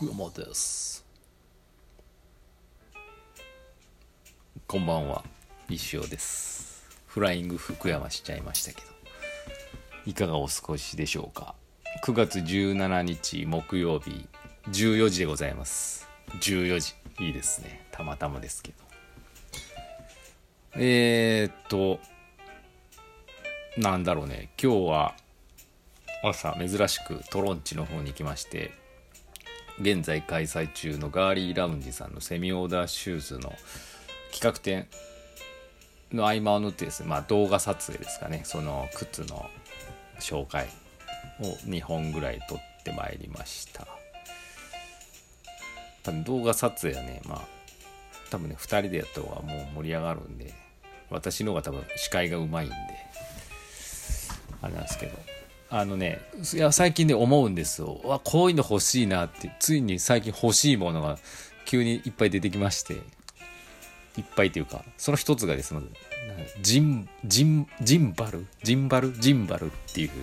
福山です。こんばんは、西尾です。フライング福山しちゃいましたけど、いかがお過ごしでしょうか。9月17日木曜日14時でございます。14時、いいですね。たまたまですけど。なんだろうね。今日は朝珍しくトロンチの方に行きまして、現在開催中のガーリーラウンジさんのセミオーダーシューズの企画展の合間を縫ってですね、動画撮影ですかね、その靴の紹介を2本ぐらい撮ってまいりました。多分動画撮影はね、多分ね2人でやった方がもう盛り上がるんで、私の方が多分視界がうまいんであれなんですけど、いや最近ね思うんですよ。こういうの欲しいなって、ついに最近欲しいものが急にいっぱい出てきまして、いっぱいというかその一つがですね、ジンバルっていう、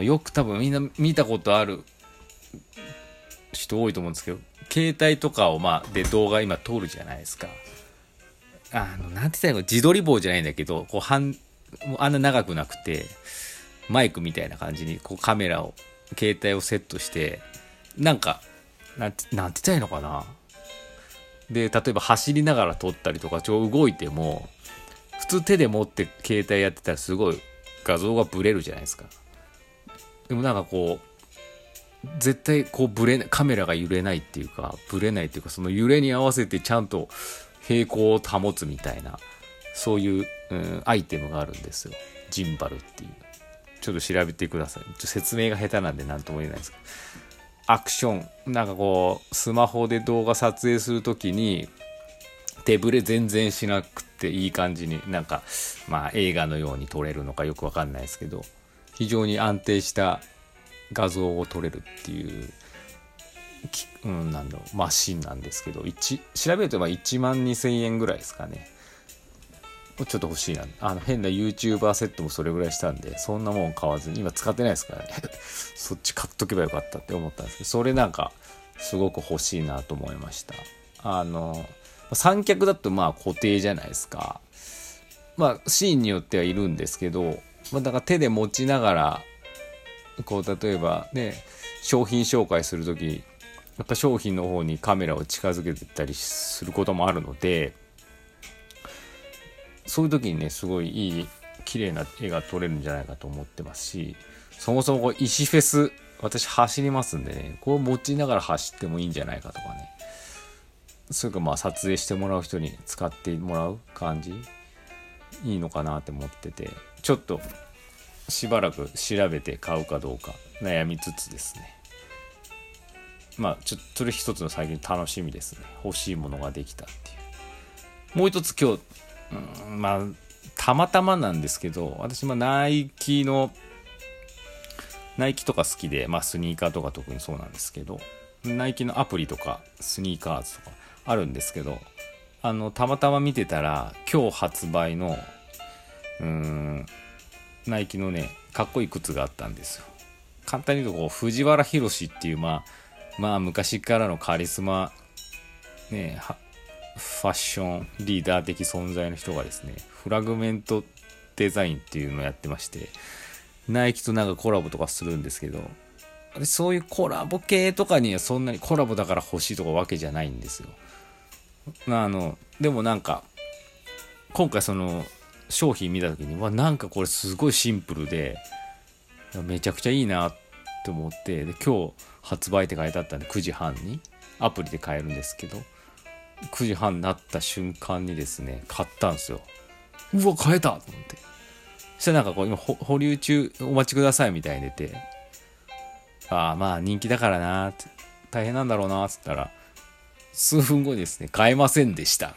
よく多分みんな見たことある人多いと思うんですけど、携帯とかをで動画今撮るじゃないですか。なんて言ったらいいの、自撮り棒じゃないんだけど、あんな長くなくてマイクみたいな感じにカメラを携帯をセットして、なんて言ったらいいのかな。で例えば走りながら撮ったりとか動いても、普通手で持って携帯やってたらすごい画像がブレるじゃないですか。でも絶対カメラが揺れないっていうか、ブレないっていうか、その揺れに合わせてちゃんと平行を保つみたいな、そういう、アイテムがあるんですよ。ジンバルっていう。ちょっと調べてください。説明が下手なんで何とも言えないですけど、アクションスマホで動画撮影するときに手ブレ全然しなくていい感じに、映画のように撮れるのかよくわかんないですけど、非常に安定した画像を撮れるっていうマシンなんですけど、調べると1万2000円ぐらいですかね。ちょっと欲しいな。変な YouTuber セットもそれぐらいしたんで、そんなもん買わずに今使ってないですからねそっち買っとけばよかったって思ったんですけど、それすごく欲しいなと思いました。三脚だと固定じゃないですか。シーンによってはいるんですけど、だから手で持ちながら例えばね、商品紹介するとき、やっぱ商品の方にカメラを近づけていったりすることもあるので、そういう時にね、すごいいい綺麗な絵が撮れるんじゃないかと思ってますし、そもそも石フェス私走りますんでね、持ちながら走ってもいいんじゃないかとかね、それか撮影してもらう人に使ってもらう感じいいのかなって思ってて、ちょっとしばらく調べて買うかどうか悩みつつですね。ちょっとそれ一つの最近楽しみですね。欲しいものができたっていう。もう一つ今日、たまたまなんですけど、私ナイキとか好きで、スニーカーとか特にそうなんですけど、ナイキのアプリとかスニーカーズとかあるんですけど、たまたま見てたら今日発売のナイキのね、かっこいい靴があったんですよ。簡単に言うと藤原宏っていう昔からのカリスマね、ファッションリーダー的存在の人がですね、フラグメントデザインっていうのをやってまして、ナイキとコラボとかするんですけど、私そういうコラボ系とかにはそんなにコラボだから欲しいとかわけじゃないんですよ。でも今回その商品見た時にこれすごいシンプルでめちゃくちゃいいなって思って、で今日発売って書いてあったんで9時半にアプリで買えるんですけど、9時半になった瞬間にですね買ったんですよ。買えたと思って、そしたら今保留中お待ちくださいみたいに出て、人気だからなって大変なんだろうなって言ったら、数分後にですね買えませんでした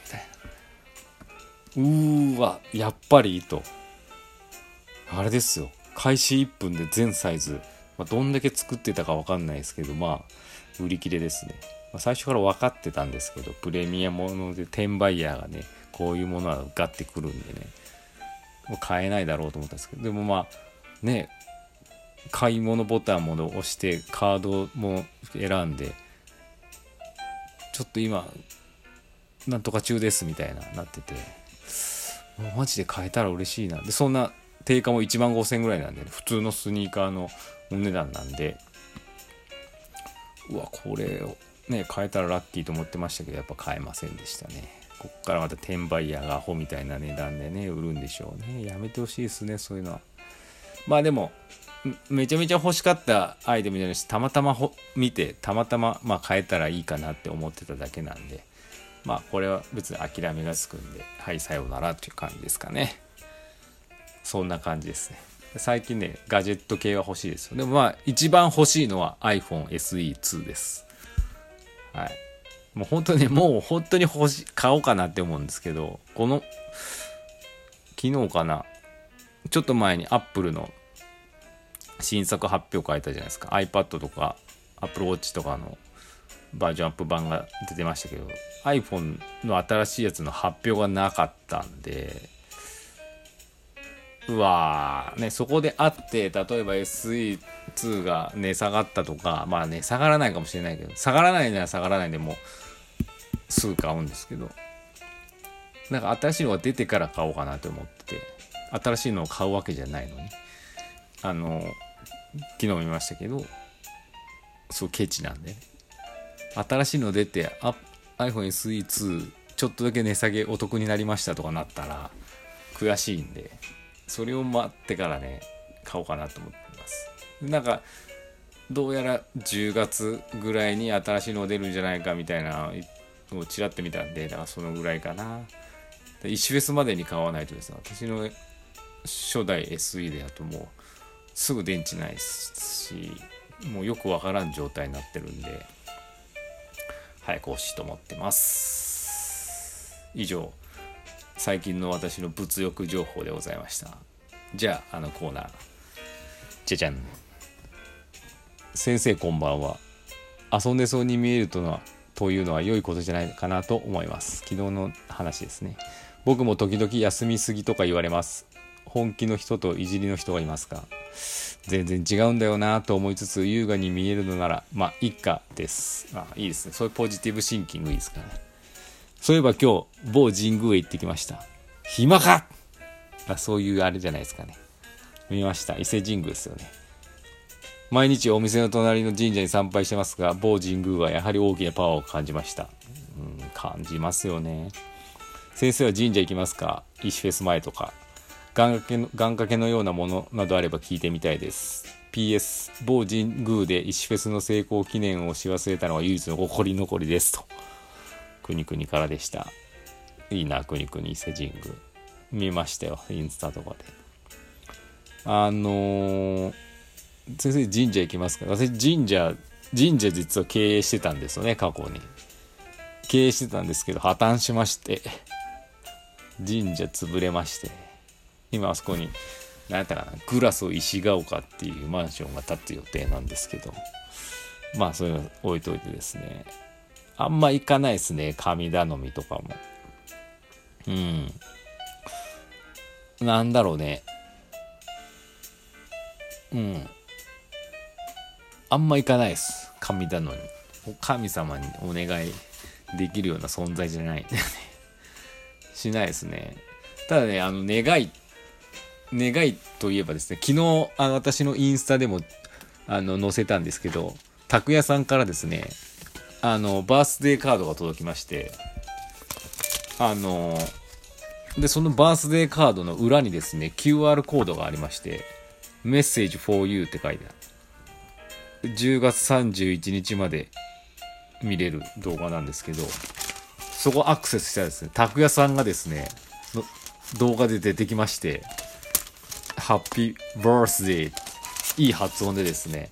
みたいな。やっぱりと、あれですよ、開始1分で全サイズ、どんだけ作ってたか分かんないですけど、売り切れですね。最初から分かってたんですけど、プレミアもので転売ヤーがね、こういうものはガッてくるんでね、もう買えないだろうと思ったんですけど、でも買い物ボタンも押してカードも選んでちょっと今なんとか中ですみたいなってて、もうマジで買えたら嬉しいな。でそんな定価も15000円ぐらいなんで、ね、普通のスニーカーのお値段なんで、うわこれをね買えたらラッキーと思ってましたけど、やっぱ買えませんでしたね。こっからまた転売ヤーがアホみたいな値段でね売るんでしょうね。やめてほしいですね、そういうのは。まあでもめちゃめちゃ欲しかったアイテムじゃないし、たまたま見てたまたままあ買えたらいいかなって思ってただけなんで、まあこれは別に諦めがつくんで、はいさようならっていう感じですかね。そんな感じですね。最近ねガジェット系は欲しいですよ。でもまあ一番欲しいのは iPhone SE2 です。はい。もう本当に買おうかなって思うんですけど、昨日かな、ちょっと前に Apple の新作発表会あったじゃないですか。 iPad とか Apple Watch とかのバージョンアップ版が出てましたけど、 iPhone の新しいやつの発表がなかったんで、うわーね、そこであって、例えば SE2 が値下がったとか、まあ値下がらないかもしれないけど、下がらないなら下がらないでもすぐ買うんですけど、なんか新しいのが出てから買おうかなと思ってて、新しいのを買うわけじゃないのに、昨日見ましたけど、そうケチなんでね、新しいの出てiPhone SE2 ちょっとだけ値下げお得になりましたとかなったら悔しいんで、それを待ってからね買おうかなと思ってます。なんかどうやら10月ぐらいに新しいの出るんじゃないかみたいなのをちらっと見たんで、だからそのぐらいかな。1フェスまでに買わないとですね、私の初代 SE であともうすぐ電池ないし、もうよくわからん状態になってるんで、早く欲しいと思ってます。以上、最近の私の物欲情報でございました。じゃあコーナー、じゃじゃん。先生こんばんは。遊んでそうに見えるというのは良いことじゃないかなと思います。昨日の話ですね。僕も時々休みすぎとか言われます。本気の人といじりの人がいますか？全然違うんだよなと思いつつ、優雅に見えるのならまあいいかです。いいですね。そういうポジティブシンキングいいですからね。そういえば今日某神宮へ行ってきました。暇か？そういうあれじゃないですかね。見ました。伊勢神宮ですよね。毎日お店の隣の神社に参拝してますが、某神宮はやはり大きなパワーを感じました。感じますよね。先生は神社行きますか？石フェス前とか願掛けのようなものなどあれば聞いてみたいです。 PS 某神宮で石フェスの成功記念をし忘れたのは唯一の心残りですと、くにくにからでした。いいな、くにくに伊勢神宮見ましたよ、インスタとかで。先生神社行きますか？私神社実は経営してたんですよね。過去に経営してたんですけど破綻しまして、神社潰れまして、今あそこに何やったかな、グラソ石ヶ丘っていうマンションが建つ予定なんですけど、まあそういうの置いといてですね、あんま行かないですね、神頼みとかも。なんだろうね、あんま行かないです、神頼み。神様にお願いできるような存在じゃないしないですね。ただね、願いといえばですね、昨日私のインスタでも載せたんですけど、拓也さんからですね、バースデーカードが届きまして、でそのバースデーカードの裏にですね QR コードがありまして、メッセージ for you って書いてある。10月31日まで見れる動画なんですけど、そこアクセスしたらですね、拓也さんがですねの動画で出てきまして、ハッピーバースデー、いい発音でですね、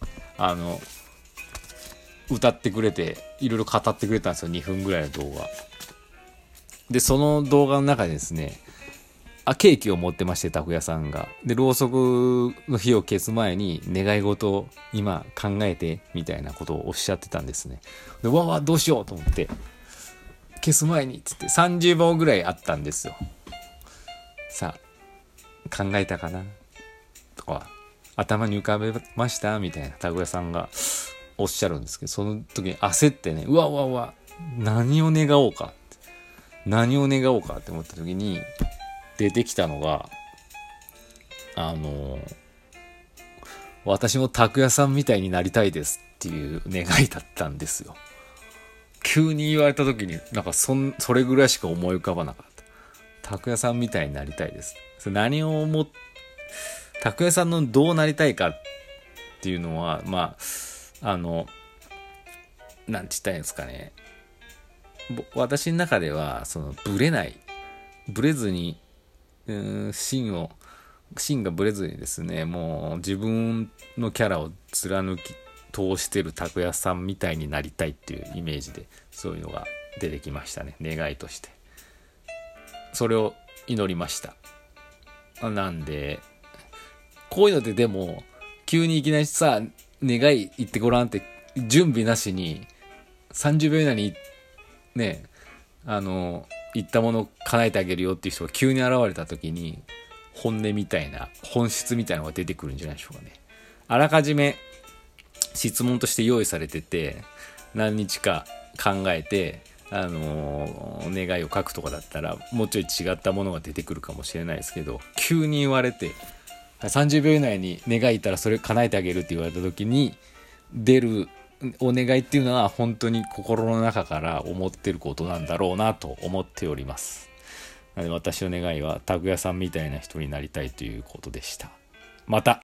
歌ってくれて、いろいろ語ってくれたんですよ、2分ぐらいの動画で。その動画の中でですね、ケーキを持ってまして、拓也さんが。で、ろうそくの火を消す前に願い事を今考えてみたいなことをおっしゃってたんですね。で、わどうしようと思って、消す前にって言って30本ぐらいあったんですよ。さあ、考えたかなとか、頭に浮かべましたみたいな拓也さんがおっしゃるんですけど、その時に焦ってね、うわ何を願おうかって思った時に出てきたのが私も拓也さんみたいになりたいですっていう願いだったんですよ。急に言われた時になんかそれぐらいしか思い浮かばなかった。拓也さんみたいになりたいです。それ拓也さんのどうなりたいかっていうのはまあなんて言ったらいいんですかね。私の中ではそのブレずに芯がブレずにですね、もう自分のキャラを貫き通してる拓也さんみたいになりたいっていうイメージでそういうのが出てきましたね、願いとして。それを祈りました。なんでこういうのってでも急にいきなりさ願い言ってごらんって準備なしに30秒以内にね言ったものを叶えてあげるよっていう人が急に現れた時に本音みたいな本質みたいなのが出てくるんじゃないでしょうかね。あらかじめ質問として用意されてて何日か考えて願いを書くとかだったらもうちょい違ったものが出てくるかもしれないですけど、急に言われて30秒以内に願い言ったらそれ叶えてあげるって言われた時に出るお願いっていうのは本当に心の中から思ってることなんだろうなと思っております。なので私の願いは拓也さんみたいな人になりたいということでした。また